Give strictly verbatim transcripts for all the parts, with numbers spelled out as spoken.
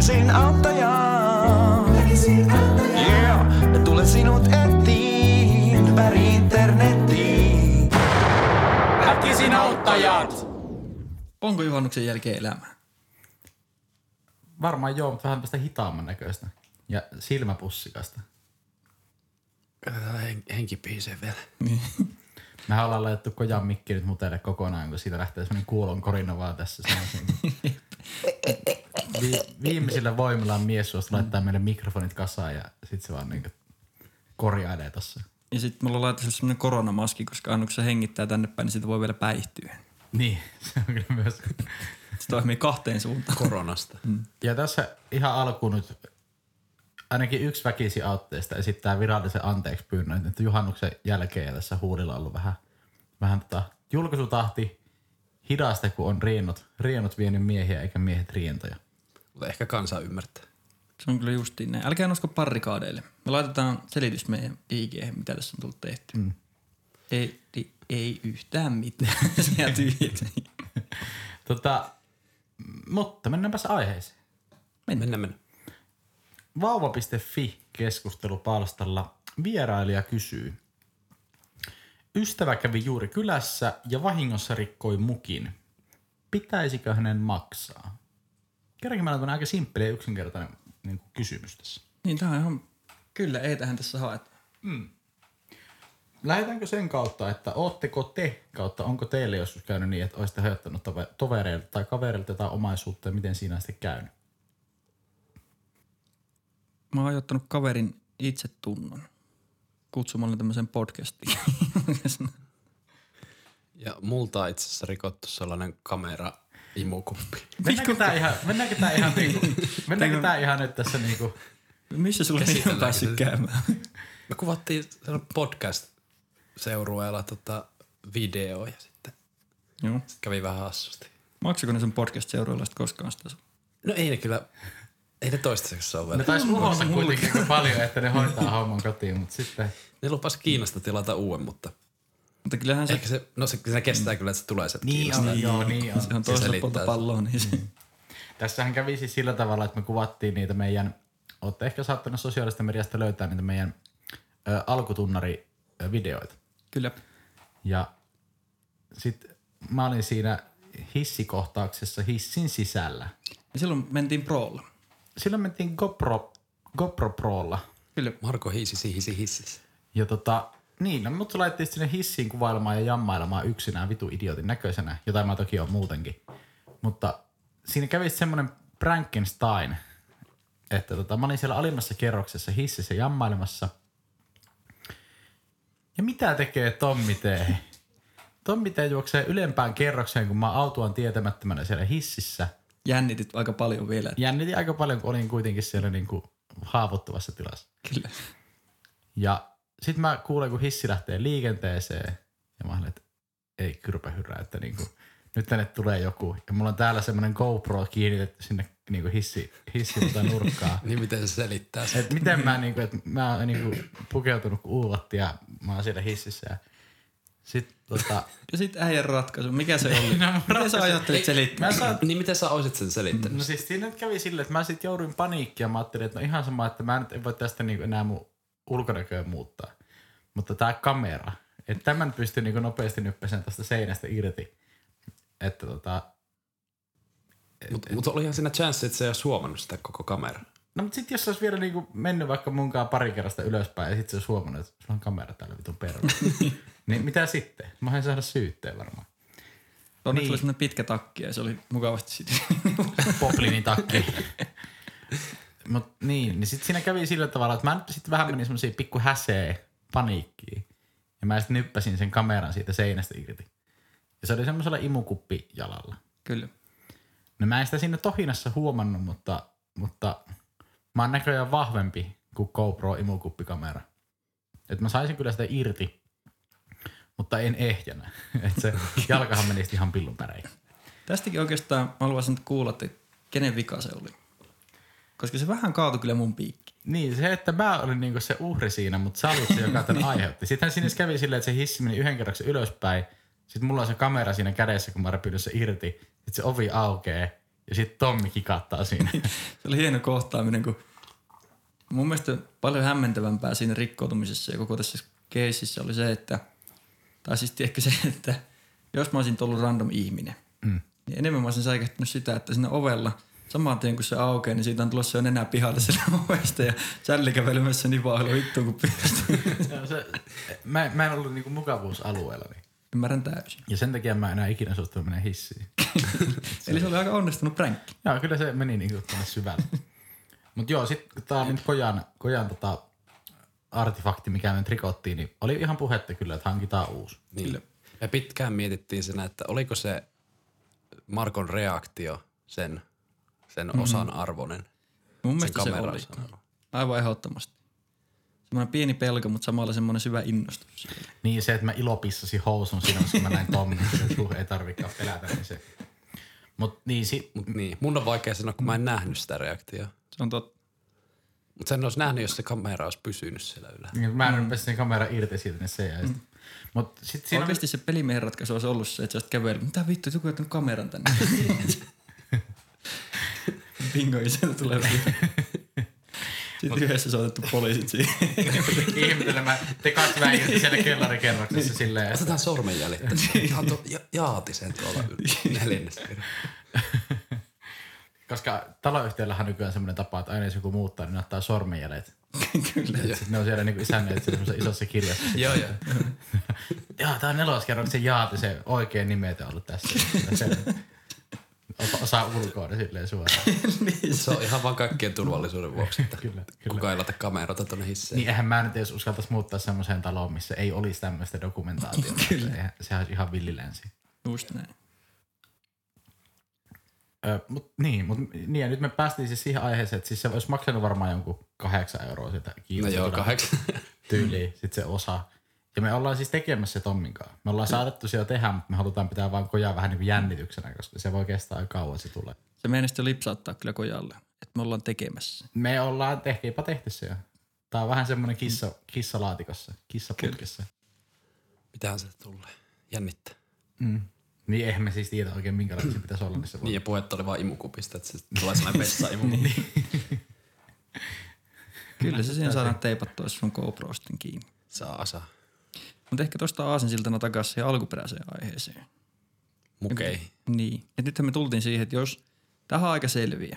Väkisin auttajaa. Väkisin auttajaa. Yeah. Ja tule sinut etiin väri internettiin. Väkisin auttajat. Onko juhannuksen jälkeen elämää? Varmaan joo, mutta vähän tästä hitaamman näköistä. Ja silmäpussikasta. Katsotaan hen- henki pihisee vielä. Niin. Mehän ollaan laitettu Kojan mikki nyt mutelle kokonaan, kun siitä lähtee semmoinen kuolon korina vaan tässä. Vi- viimeisillä voimillaan mies suosta laittaa meille mikrofonit kasaan ja sit se vaan niinku korjailee tossa. Ja sitten mulla on laitettu semmoinen koronamaski, koska aina kun se hengittää tänne päin, niin siitä voi vielä päihtyä. Niin, se on kyllä myös. Se toimii kahteen suuntaan. Koronasta. Mm. Ja tässä ihan alkuun nyt ainakin yksi väkisi autteista esittää virallisen anteeksi pyynnön, että juhannuksen jälkeen ja tässä huulilla on ollut vähän, vähän tota, julkaisutahti hidasta, kun on riennut, riennut vienyt miehiä eikä miehet rientoja. Mutta ehkä kansa ymmärtää. Se on kyllä justiin näin. Älkää nosko parrikaadeille. Me laitetaan selitys meidän I G:hen, mitä tässä on tullut tehty. Mm. Ei, ei, ei yhtään mitään. Siellä tyhjät. Tota, mutta mennäänpäs aiheeseen. Mennään, mennään. Vauva piste fi-keskustelupalstalla vierailija kysyy. Ystävä kävi juuri kylässä ja vahingossa rikkoi mukin. Pitäisikö hänen maksaa? Kerrankin meillä on aika simppeli ja yksinkertainen niin kuin kysymys tässä. Niin, tää on ihan... Kyllä, ei tähän tässä haeta. Mm. Lähdetäänkö sen kautta, että ootteko te kautta, onko teille joskus käynyt niin, että olisitte hajottanut tovereilta tai kavereilta jotain omaisuutta ja miten siinä on sitten käynyt? Mä oon ajattanut kaverin itsetunnon kutsumalla tämmöisen podcastiin. Ja multa on itse asiassa rikottu sellainen kamera imukuppi. Mennäänkö tää ihan, mennäänkö tää ihan niinku, mennäänkö tää ihan nyt tässä niinku... Missä sulla ei ole päässyt käymään? Me kuvattiin sellainen podcast-seurueella tota video ja sitten Joo. sit kävi vähän hassusti. Maksako ne sun podcast-seuroilla sit koskaan sitä sun? No ei ne kyllä, ei ne toistaiseksi sovella. Ne taisi uhota kuitenkin paljon, että ne hoitaa homman kotiin, mutta sitten... Ne lupasi Kiinasta tilata uuden, mutta... Mutta kyllähän se... Ehkä se, no se, se kestää kyllä, että se tulee sieltä Niin Kiinasta. on, joo, niin on. Se on toisella puolta palloa, niin se... Tässähän kävi siis sillä tavalla, että me kuvattiin niitä meidän... Olette ehkä saattanut sosiaalista mediasta löytää niitä meidän ö, alkutunnari-videoita. Kyllä. Ja sit mä olin siinä hissikohtauksessa hissin sisällä. Ja silloin mentiin Prolla. Silloin mentiin GoPro, GoPro Prolla. Kyllä. Marko hiisisi hisi hississä. Ja tota, niin, no mut laitettiin sinne hissiin kuvailemaan ja jammailemaan yksinään vitu idiotin näköisenä, jota mä toki on muutenkin. Mutta siinä kävi semmonen Frankenstein, että tota, mä olin siellä alimmassa kerroksessa hississä jammailemassa. Ja mitä tekee Tommi T? Tommi T juoksee ylempään kerrokseen, kun mä autuan tietämättömänä siellä hississä. Jännitit aika paljon vielä. Jännitin aika paljon, kun olin kuitenkin siellä niinku haavoittuvassa tilassa. Kyllä. Ja sit mä kuulen, kun hissi lähtee liikenteeseen. Ja mä olen, että ei kyrpähyrrä, että niinku, nyt tänne tulee joku. Ja mulla on täällä semmonen GoPro kiinnitetty sinne niinku hissi, hissi tota nurkkaa. Niin miten se selittää sen? Et miten mä niinku, että mä oon niinku pukeutunut kuin uuvatti ja mä oon siellä hississä. Ja sit tota... Ja sit äijän ratkaisu. Mikä se oli? No, Miten sä ajattelit selittää? Mä saan... Niin miten sä oisit sen selittänyt? No siis siinä nyt kävi silleen, että mä sit jouduin paniikkiin ja mä ajattelin, että no ihan sama, että mä nyt en voi tästä niinku enää mun ulkonäköä muuttaa. Mutta tää kamera, että tämän pystyy niinku nopeasti nyppäsen tästä seinästä irti. Että tota... Mutta mut olihan siinä chance, että sä ei olisi huomannut sitä koko kameraa. No mutta sit jos se olisi vielä niinku mennyt vaikka munkaan pari kerrasta ylöspäin ja sit se olisi huomannut, että sulla on kamera täällä vitun perro. Niin mitä sitten? Mä en saada syytteen varmaan. Onneksi Niin. oli semmoinen pitkä takki ja se oli mukavasti sitten. Poplinin takki. Mut niin, niin sit siinä kävi sillä tavalla, että mä nyt sit vähän menin semmosia pikku häsee paniikkiin. Ja mä sitten nyppäsin sen kameran siitä seinästä irti. Ja se oli semmoisella imukuppijalalla. Kyllä. No mä en sitä siinä tohinassa huomannut, mutta, mutta mä oon näköjään vahvempi kuin GoPro imukuppikamera. Että mä saisin kyllä sitä irti, mutta en ehjänä. Että se jalkahan meni ihan pillun pärein. Tästäkin oikeastaan mä haluaisin kuulla, että kenen vika se oli. Koska se vähän kaatui kyllä mun piikki. Niin, se, että mä olin niinku se uhri siinä, mutta sä olit se, joka tämän aiheutti. Sittenhän siinä kävi silleen, että se hissi meni yhden kerroksen ylöspäin. Sitten mulla on se kamera siinä kädessä, kun mä repynyt se irti. Sitten se ovi aukee Ja sitten Tommi kikattaa siinä. Se oli hieno kohtaaminen, kun mun mielestä paljon hämmentävämpää siinä rikkoutumisessa ja koko tässä keississä oli se, että, tai siis ehkä se, että jos mä olisin ollut random ihminen, mm. niin enemmän mä olisin säikähtänyt sitä, että siinä ovella saman tien kun se aukeaa, niin siitä on tulossa jo nenää pihalle siellä ovesta ja sällikävelymässä niin vaan vittuun kun pystyy. mä, mä en ollut niinku mukavuusalueella. Niin. Ymmärrän täysin. Ja sen takia mä en enää ikinä suostunut mennä hissiin. Eli se oli aika onnistunut pränkki. Joo, kyllä se meni niinku tuonne syvälle. Mut joo, sit tää nyt Kojan, Kojan tota artifakti, mikä me nyt rikottiin, niin oli ihan puhetta kyllä, että hankitaan uusi. Niin. Kyllä. Me pitkään mietittiin siinä, että oliko se Markon reaktio sen, sen mm-hmm. osan arvoinen. Mun mielestä se oli. Aivan ehdottomasti. Semmoinen pieni pelko, mutta samalla semmoinen syvä innostus. Niin se, että mä ilopissasin housun siinä, kun mä näin Tommin, että ei tarvikaan pelätä, niin se. Mut niin, si- Mut niin. Mun on vaikea sanoa, kun mä en nähnyt sitä reaktiota. Se on totta. Mutta sen olisi nähnyt, jos se kamera olisi pysynyt siellä ylhäällä. Mä en mm. sen kamera irti siitä, niin se jäi. Mm. Mut sit siinä oikeasti on... se pelimiehen ratkaisu olisi ollut se, että sä olisit kävellyt. Mitä vittu, joku on jättänyt kameran tänne. Bingo, isäntä tulee vielä. Sitten yhdessä soitettu poliisit siihen. Ihmettelemään, te kaksi väijätte siellä kellarikerroksessa silleen. Otetaan sormenjäljet. Ihan tuo ja, jaatisen tuolla neljännessä. Koska taloyhtiöllähän on nykyään semmoinen tapa, että aina jos joku muuttaa, niin ottaa sormenjäljet. Kyllä. Sitten ne on siellä niinku isännöitä semmoisessa isossa kirjassa. Joo, joo. Joo, tää on neloskerroksen jaatisen oikein nimetä ollut tässä. Osaa ulkoa ne silleen suoraan. Niin, se on ihan vaan kaikkien turvallisuuden vuoksi, että kyllä, kyllä. kukaan ei laita kamerata tuonne hisseen. Niin eihän mä nyt edes uskaltaisi muuttaa semmoiseen taloon, missä ei olisi tämmöistä dokumentaatiota. Se, sehän olisi ihan villilänsi. Just näin. Ö, mut, niin, mut, niin, ja nyt me päästiin siis siihen aiheeseen, että siis se olisi maksanut varmaan jonkun kahdeksan euroa sitä kiinnostaa. No joo, kahdeksan. Tyyliin, sit se osa. Ja me ollaan siis tekemässä se Tommin kanssa. Me ollaan saatettu se jo tehdä, mutta me halutaan pitää vaan Kojaa vähän niin kuin jännityksenä, koska se voi kestää aika kauan, se tulee. Se meinasi lipsauttaa kyllä Kojalle, että me ollaan tekemässä. Me ollaan tehtiinpä tehty se jo. Tää on vähän semmoinen kissa, kissalaatikossa, kissaputkessa. Mitähän se tulee? Jännittää. Mm. Niin eihän me siis tiedä oikein minkälaisia pitäisi olla niissä. Niin ja puhetta oli vaan imukupista, että se tulee sellainen vessa imukupi. Kyllä se siihen saadaan teipattua sun GoProsten kiinni. Saa, saa. Mutta ehkä tuosta aasinsiltana takaisin siihen alkuperäiseen aiheeseen. Okei. Okay. Niin. Et nythän me tultiin siihen, että jos tähän on aika selviä.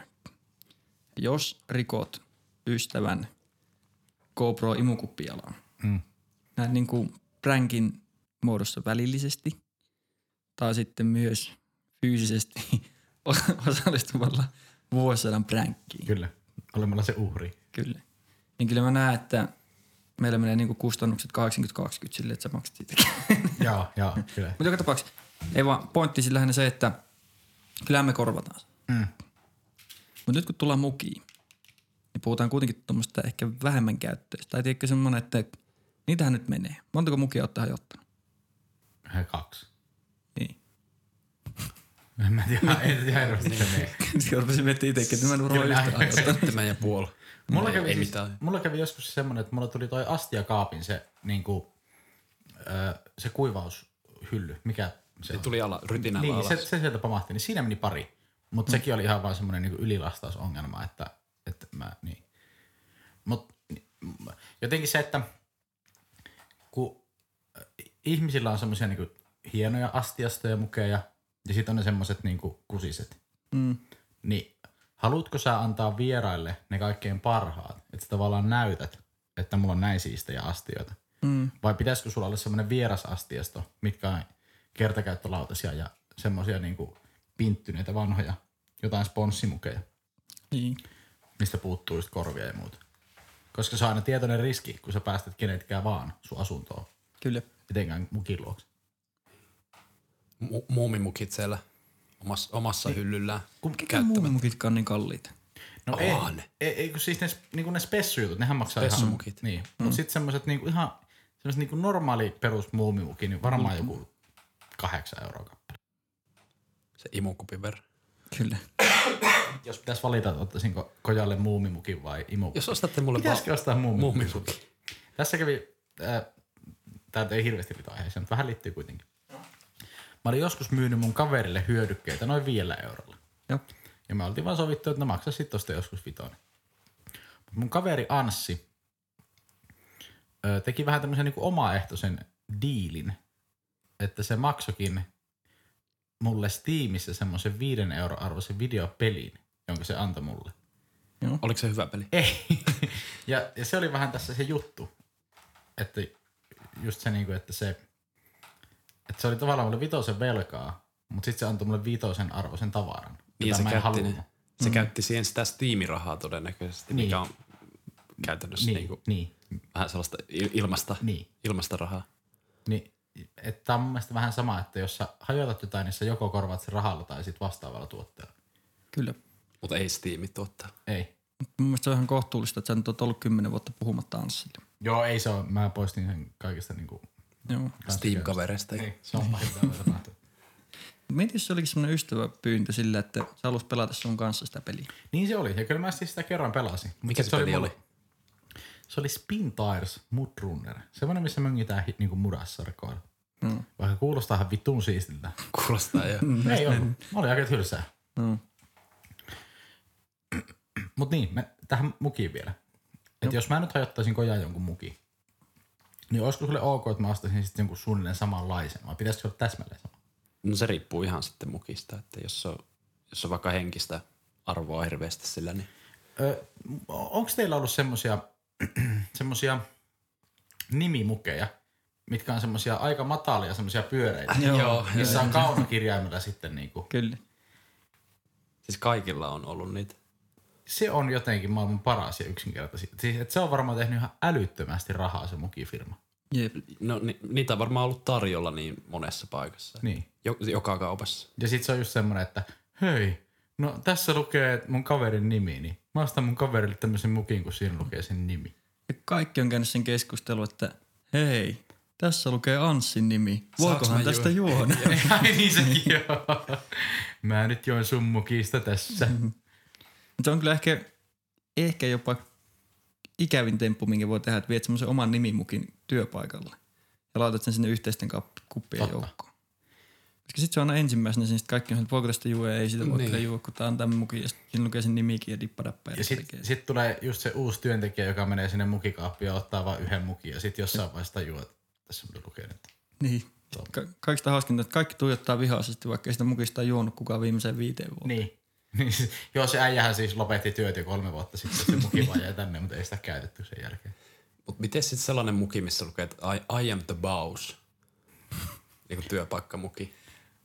Jos rikot ystävän GoPro imukuppialaan, mm. näin niin kuin prankin muodossa välillisesti tai sitten myös fyysisesti osallistumalla vuosisadan prankkiin. Kyllä, olemalla se uhri. Kyllä. Niin kyllä mä näen, että meillä menee niinku kustannukset kahdeksankymmentä kaksikymmentä silleen, että sä maksat siitäkin. Joo, joo, kyllä. Mutta joka tapauksessa, ei vaan pointti siis lähinnä se, että kyllähän me korvataan se. Mm. Mutta nyt kun tullaan mukiin, niin puhutaan kuitenkin tuommoista ehkä vähemmän käyttöistä. Tai tiedätkö semmoinen, että niitähän nyt menee. Montako mukia oot tähän ottanut? Kaksi. Niin. En mä tiedä, ei tiedä hirveästi se menee. Sitten rupesin miettimään itsekin, että mä en varmaan yhtään ottanut. Seitsemän ja puoli. Mulla ei, kävi, ei siis, mitään. mulla kävi joskus semmoinen, että mulla tuli toi astiakaapin se, niinku, ö, se kuivaushylly. Mikä se, se tuli ala, rytinällä niin, alas. Se, se sieltä pamahti, niin siinä meni pari. Mutta mm. sekin oli ihan vaan semmoinen niinku ylilastausongelma, että, että mä niin. Mut jotenkin se, että kun ihmisillä on semmoisia niinku hienoja astiastoja mukeja ja sitten on ne semmoiset niinku kusiset, mm. niin haluatko sä antaa vieraille ne kaikkein parhaat, että sä tavallaan näytät, että mulla on näin siistejä astioita? Mm. Vai pitäisikö sulla olla semmoinen vieras astiasto, mitkä on kertakäyttölautasia ja semmoisia niinku pinttyneitä vanhoja, jotain sponssimukeja, niin. mistä puuttuu just korvia ja muuta. Koska se on aina tietoinen riski, kun sä päästät kenetkään vaan sun asuntoon. Kyllä. Etenkään mukin luokse. Mu- muumimukit siellä omassa, omassa niin. hyllyllään. Mikä muumimukitkaan on niin kalliita? No ei, ei, ei, kun siis ne, niinku ne spessujutut, nehän maksaa Spessumukit. ihan. Niin, mm. mutta sitten semmoiset niinku ihan semmoiset niinku normaali perus muumimuki, niin varmaan mm. joku kahdeksan euroa kappale. Se imukupin verran. Kyllä. Jos pitäisi valita, että ottaisinko Kojalle muumimukin vai imukukin. Jos ostatte mulle pitäisikö va- ostaa muumimukin? muumimukin? Tässä kävi, äh, tää ei hirveästi liity aiheeseen, mutta vähän liittyy kuitenkin. Mä olin joskus myynyt mun kaverille hyödykkeitä noin viidellä eurolla. Joo. Ja me oltiin vaan sovittu, että no maksaa sit tosta joskus vitonen. Mut mun kaveri Anssi ö, teki vähän tämmöisen niinku omaehtoisen diilin, että se maksokin mulle Steamissa semmoisen viiden euron arvoisen videopelin, jonka se antoi mulle. Joo. Oliko se hyvä peli? Ei. ja, ja se oli vähän tässä se juttu, että just se niinku, että se, että se oli tavallaan mulle vitosen velkaa, mutta sitten se antoi mulle vitosen arvoisen tavaran. Niin ja se, mä en käytti, halunnut. se mm. käytti siihen sitä Steam-rahaa todennäköisesti, Niin. mikä on käytännössä Niin, niinku niin, vähän sellaista il- ilmasta, niin. ilmasta rahaa. Niin, että tää on mun mielestä vähän sama, että jos sä hajotat jotain, niin sä joko korvaat sen rahalla tai sit vastaavalla tuotteella. Kyllä. Mutta ei Steam tuottaa. Ei. Mun mielestä se on ihan kohtuullista, että sä nyt oot ollut kymmenen vuotta puhumatta Anssille. Joo, ei se ole. Mä poistin sen kaikista niinku... Joo. Steam-kavereista. Ei, se on pahinta, mitä tapahtuu. Mietin, jos se olikin semmoinen ystäväpyyntö sillä, että sä haluaisit pelata sun kanssa sitä peliä. Niin se oli. Ja kyllä mä siis sitä kerran pelasin. Mikä Mut se peli mulla- oli? Se oli Spin Tires Mudrunner. Semmoinen, missä möngitään hi- niinku mudassarkoilla. Mm. Vaikka kuulostaa ihan vittuun siistiltä. Kuulostaa jo. Ei ollut. Mä olin aika tylsää. Mm. Mut niin, me, tähän mukiin vielä. Että jos mä nyt hajottaisin kojaa jonkun mukiin, niin olisiko sulle ok, että mä ostaisin sitten jonkun suunnilleen samanlaisen, vai pitäisikö olla täsmälleen sama? No se riippuu ihan sitten mukista, että jos on, jos on vaikka henkistä arvoa hirveästi sillä, niin Ö, onko teillä ollut semmosia, semmosia nimimukeja, mitkä on semmosia aika matalia, semmosia pyöreitä, Joo, missä on kaunokirjaimella sitten niinku. Kyllä. siis kaikilla on ollut niitä. Se on jotenkin maailman paras ja yksinkertaisin. Siis, et se on varmaan tehnyt ihan älyttömästi rahaa se mukifirma. Jep. No ni, niitä on varmaan ollut tarjolla niin monessa paikassa. Niin. Jo, joka kaupassa. Ja sit se on just semmonen, että hei, no tässä lukee mun kaverin nimi, niin mä ostan mun kaverille tämmöisen mukin, kun siinä lukee sen nimi. Ja kaikki on käynyt sen keskustelun, että hei, tässä lukee Anssin nimi. Voikohan mä tästä juo? juoda? Ai niin sekin joo. Mä nyt join sun mukista tässä. Se on kyllä ehkä, ehkä jopa ikävin temppu, minkä voi tehdä, että viet semmoisen oman nimimukin työpaikalle ja laitat sen sinne yhteisten kapp- kuppien Totta. joukkoon. Koska sit se on aina ensimmäisenä, niin sit kaikki on, että voiko tästä juoda, ei sitä voi Niin. kyllä juoda, kun tää on tämän mukin ja sitten siinä lukee sen nimikin ja dippadappa. Ja sit, sit tulee just se uusi työntekijä, joka menee sinne mukikaappiin ja ottaa vaan yhden mukin. Ja sit jossain vaiheessa tajuu, että tässä on lukee nyt. Niin. Ka- kaikista hauskinta, että kaikki tuijottaa vihaisesti, vaikka ei sitä mukista ole juonut kukaan viimeiseen viiteen vuoteen. Niin. Joo, se äijähän siis lopetti työt jo kolme vuotta sitten. Se muki vaan jäi tänne, mutta ei sitä käytetty sen jälkeen. Mutta miten sitten sellainen muki, missä lukee, että I, I am the boss? Niin kuin työpaikkamuki.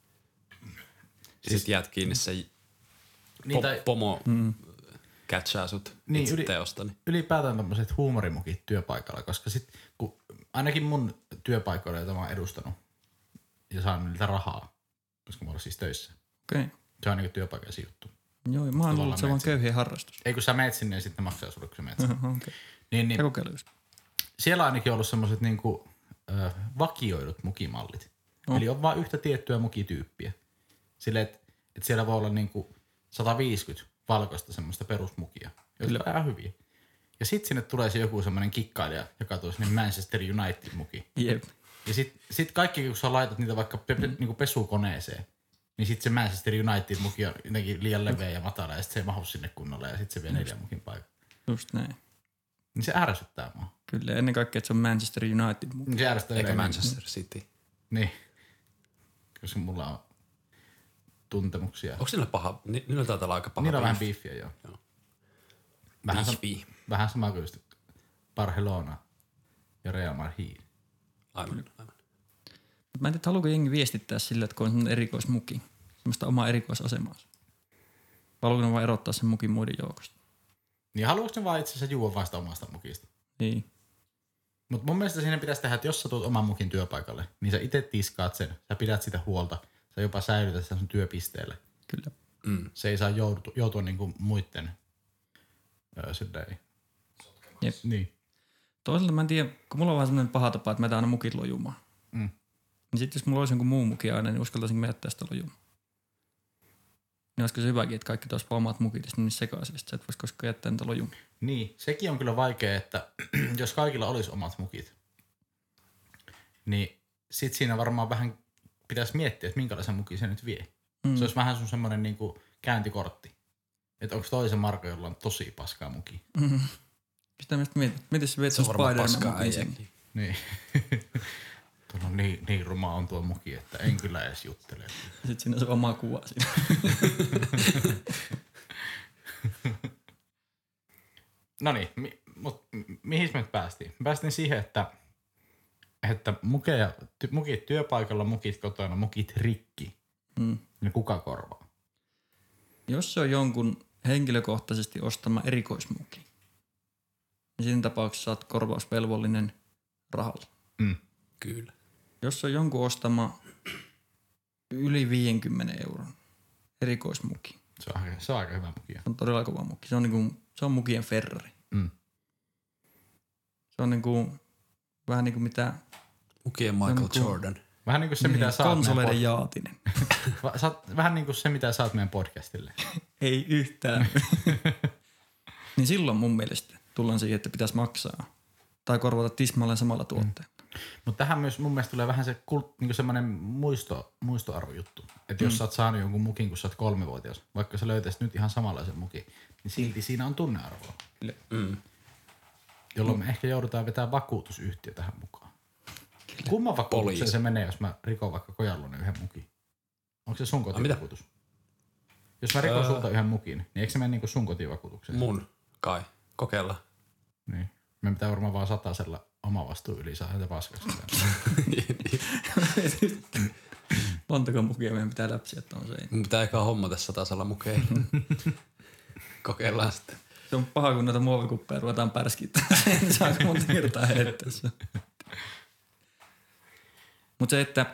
Siis, sitten jäät kiinni se Niin, po, tai- pomo mm. catchaa sut Niin, niin, itse yli- teostani. Ylipäätään tommoset huumorimukit työpaikalla, koska sit, kun ainakin mun työpaikoilla, joita mä oon edustanut ja saan niiltä rahaa, koska mä oon siis töissä. Okei. Okay. Se on niinku työpaikallisi juttu. Joo, mä oon luullut, että se on vaan köyhien harrastus. Ei kun sä meet sinne ja sitten maksaa sulle, kun sä meet sinne. Okei. Okay. Niin, niin, Ja kokeile just. siellä on ainakin ollut semmoiset niinku, ö, vakioidut mukimallit. No. Eli on vaan yhtä tiettyä mukityyppiä. Silleen, että et siellä voi olla niinku sata viisikymmentä valkoista semmoista perusmukia, jotka on ihan hyviä. Ja sit sinne tulee se joku semmoinen kikkailija, joka tuo sinne Manchester United-muki. Jep. Ja sit, sit kaikki, kun sä laitat niitä vaikka pe- pe- niinku pesukoneeseen, niin sit se Manchester United-muki on jotenkin liian leveä ja matala, ja sit se ei mahu sinne kunnolla, ja sit se vie neljän mukin paikan. Just näin. Niin se ärsyttää mua. Kyllä, ennen kaikkea, että se on Manchester United mukaan. Niin se ärsyttää Eikä enemmän. Manchester City. Niin. Koska mulla on tuntemuksia. Onko niillä paha? Ni, niillä taitaa olla aika paha. Niillä on vähän beef. beefiä, joo. Joo. Vähän, sam- Beefi. vähän sama kuin just Barcelona ja Real Madrid. Aivan, aivan. Mä en tiedä, haluuko jengi viestittää sillä, että kun on semmoinen erikoismuki. Semmoista omaa erikoisasemaa. Vai haluuko ne vaan erottaa sen mukin muiden joukosta? Niin haluatko ne vaan itse asiassa juua vasta omasta mukista? Niin. Mutta mun mielestä siinä pitäisi tehdä, että jos sä tulet oman mukin työpaikalle, niin sä itse tiskaat sen, sä pidät sitä huolta, sä jopa säilytät sen sun työpisteelle. Kyllä. Mm. Se ei saa joutua, joutua niinku muitten öö, silleen. Jep. Niin. Toisaalta mä en tiedä, kun mulla on vähän semmoinen paha tapa, että mä aina mukit lojumaan. Mm. Niin sit jos mulla olisi jonkun muu muki aina, niin uskaltaisinko mä jättää sitä lojumaan. Niin olisiko se hyväkin, että kaikki tuossa omat mukit ja sitten niin sekaisin, että sä et vois koskaan jättää niitä lojumaan. Niin, sekin on kyllä vaikea, että jos kaikilla olisi omat mukit, niin sit siinä varmaan vähän pitäisi miettiä, että minkälaisen mukin se nyt vie. Mm. Se olisi vähän sun semmoinen niinku käyntikortti. Että onko toisen Marko, jolla on tosi paskaa muki? Mm. Sitä mä sitten mietin, miten se vetsi Spider-Man mukin sen. Niin. Tuolla on niin, niin ruma on tuo muki, että en kyllä edes juttele. Sitten siinä on se oma kuva siinä. No niin, mi, mut mihin me nyt päästiin? Me päästiin siihen, että, että mukeja, ty, mukit työpaikalla, mukit kotona, mukit rikki. Mm. Ja kuka korvaa? Jos se on jonkun henkilökohtaisesti ostama erikoismuki, niin siinä tapauksessa saat korvausvelvollinen rahalla. Mm. Kyllä. Jos se on jonkun ostama yli viisikymmentä euron erikoismuki, Se on, se on aika hyvä muki. se on todella kova muki. Se on, niinku, se on mukien Ferrari. Mm. Se on niinku, vähän niin kuin mitä... Mukien Michael niinku, Jordan. Vähän niin kuin se, niin, mitä saat konsoleiden meidän jaatinen. pod- saat, vähän niin kuin se, mitä saat meidän podcastille. Ei yhtään. Niin silloin mun mielestä tullaan siihen, että pitäisi maksaa tai korvata tismalleen samalla tuotteella. Mm. Mutta tähän myös mun mielestä tulee vähän se kult, niin semmoinen muisto, muistoarvojuttu. Että jos Mm. sä oot saanut jonkun mukin, kun sä oot kolmivuotias, vaikka sä löytäisit nyt ihan samanlaisen mukin, niin silti siinä on tunnearvoa. Mm. Jolloin me ehkä joudutaan vetämään vakuutusyhtiö tähän mukaan. Kumman vakuutukseen Poliisi. se menee, jos mä rikon vaikka Kojallonen yhden mukin? Onko se sun kotivakuutus? Jos mä rikon Öö. sulta yhden mukin, niin eikö se mene niinku sun kotivakuutukseen? Mun kai. Kokeilla. Niin. Me pitää varmaan vaan satasella oma vastuu yli saa häntä paskaksi. Montako mukia meidän pitää läpsiä tuon seinään? Mun pitää eikä hommata satasella mukeilla. Kokeillaan sitten. Se on paha, kun noita muovikuppeja ruvetaan pärskittämään. En saako monta kertaa heittää se. Mutta se, että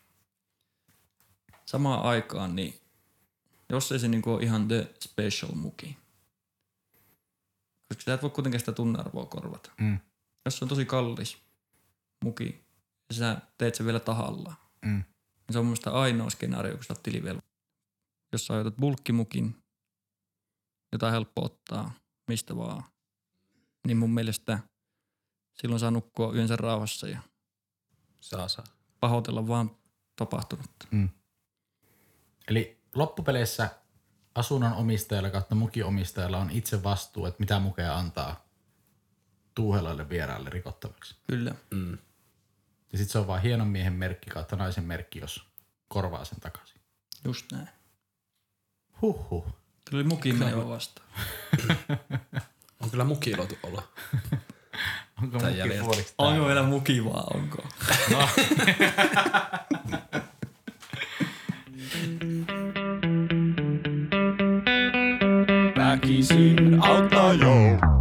samaan aikaan, niin jos ei se niinku ole ihan the special muki, koska sä et voi kuitenkin sitä tunnearvoa korvata. Mm. Jos se on tosi kallis muki ja sä teet sen vielä tahallaan, Mm. niin se on mun mielestä ainoa skenaario, kun sä oot tilivelvo. Jos sä ajoitat bulkkimukin, jota on helppo ottaa mistä vaan, niin mun mielestä silloin saa nukkua yönsä rauhassa ja Saa saa. pahoitella vaan tapahtunutta. Mm. Eli loppupeleissä asunnon omistajalla kautta mukin omistajalla on itse vastuu, että mitä mukeja antaa tuuhelaille vieraalle rikottavaksi. Kyllä. Mm. Ja sit se on vaan hienon miehen merkki kautta naisen merkki, jos korvaa sen takaisin. Just näin. Huhhuh. Tuli mukin menevä vastaan. On kyllä mukiloitu olo. Onko Tän mukin jäljiltä. puoliksi Onko täällä? vielä mukivaa, onko? No. Väkisin auttaa jo.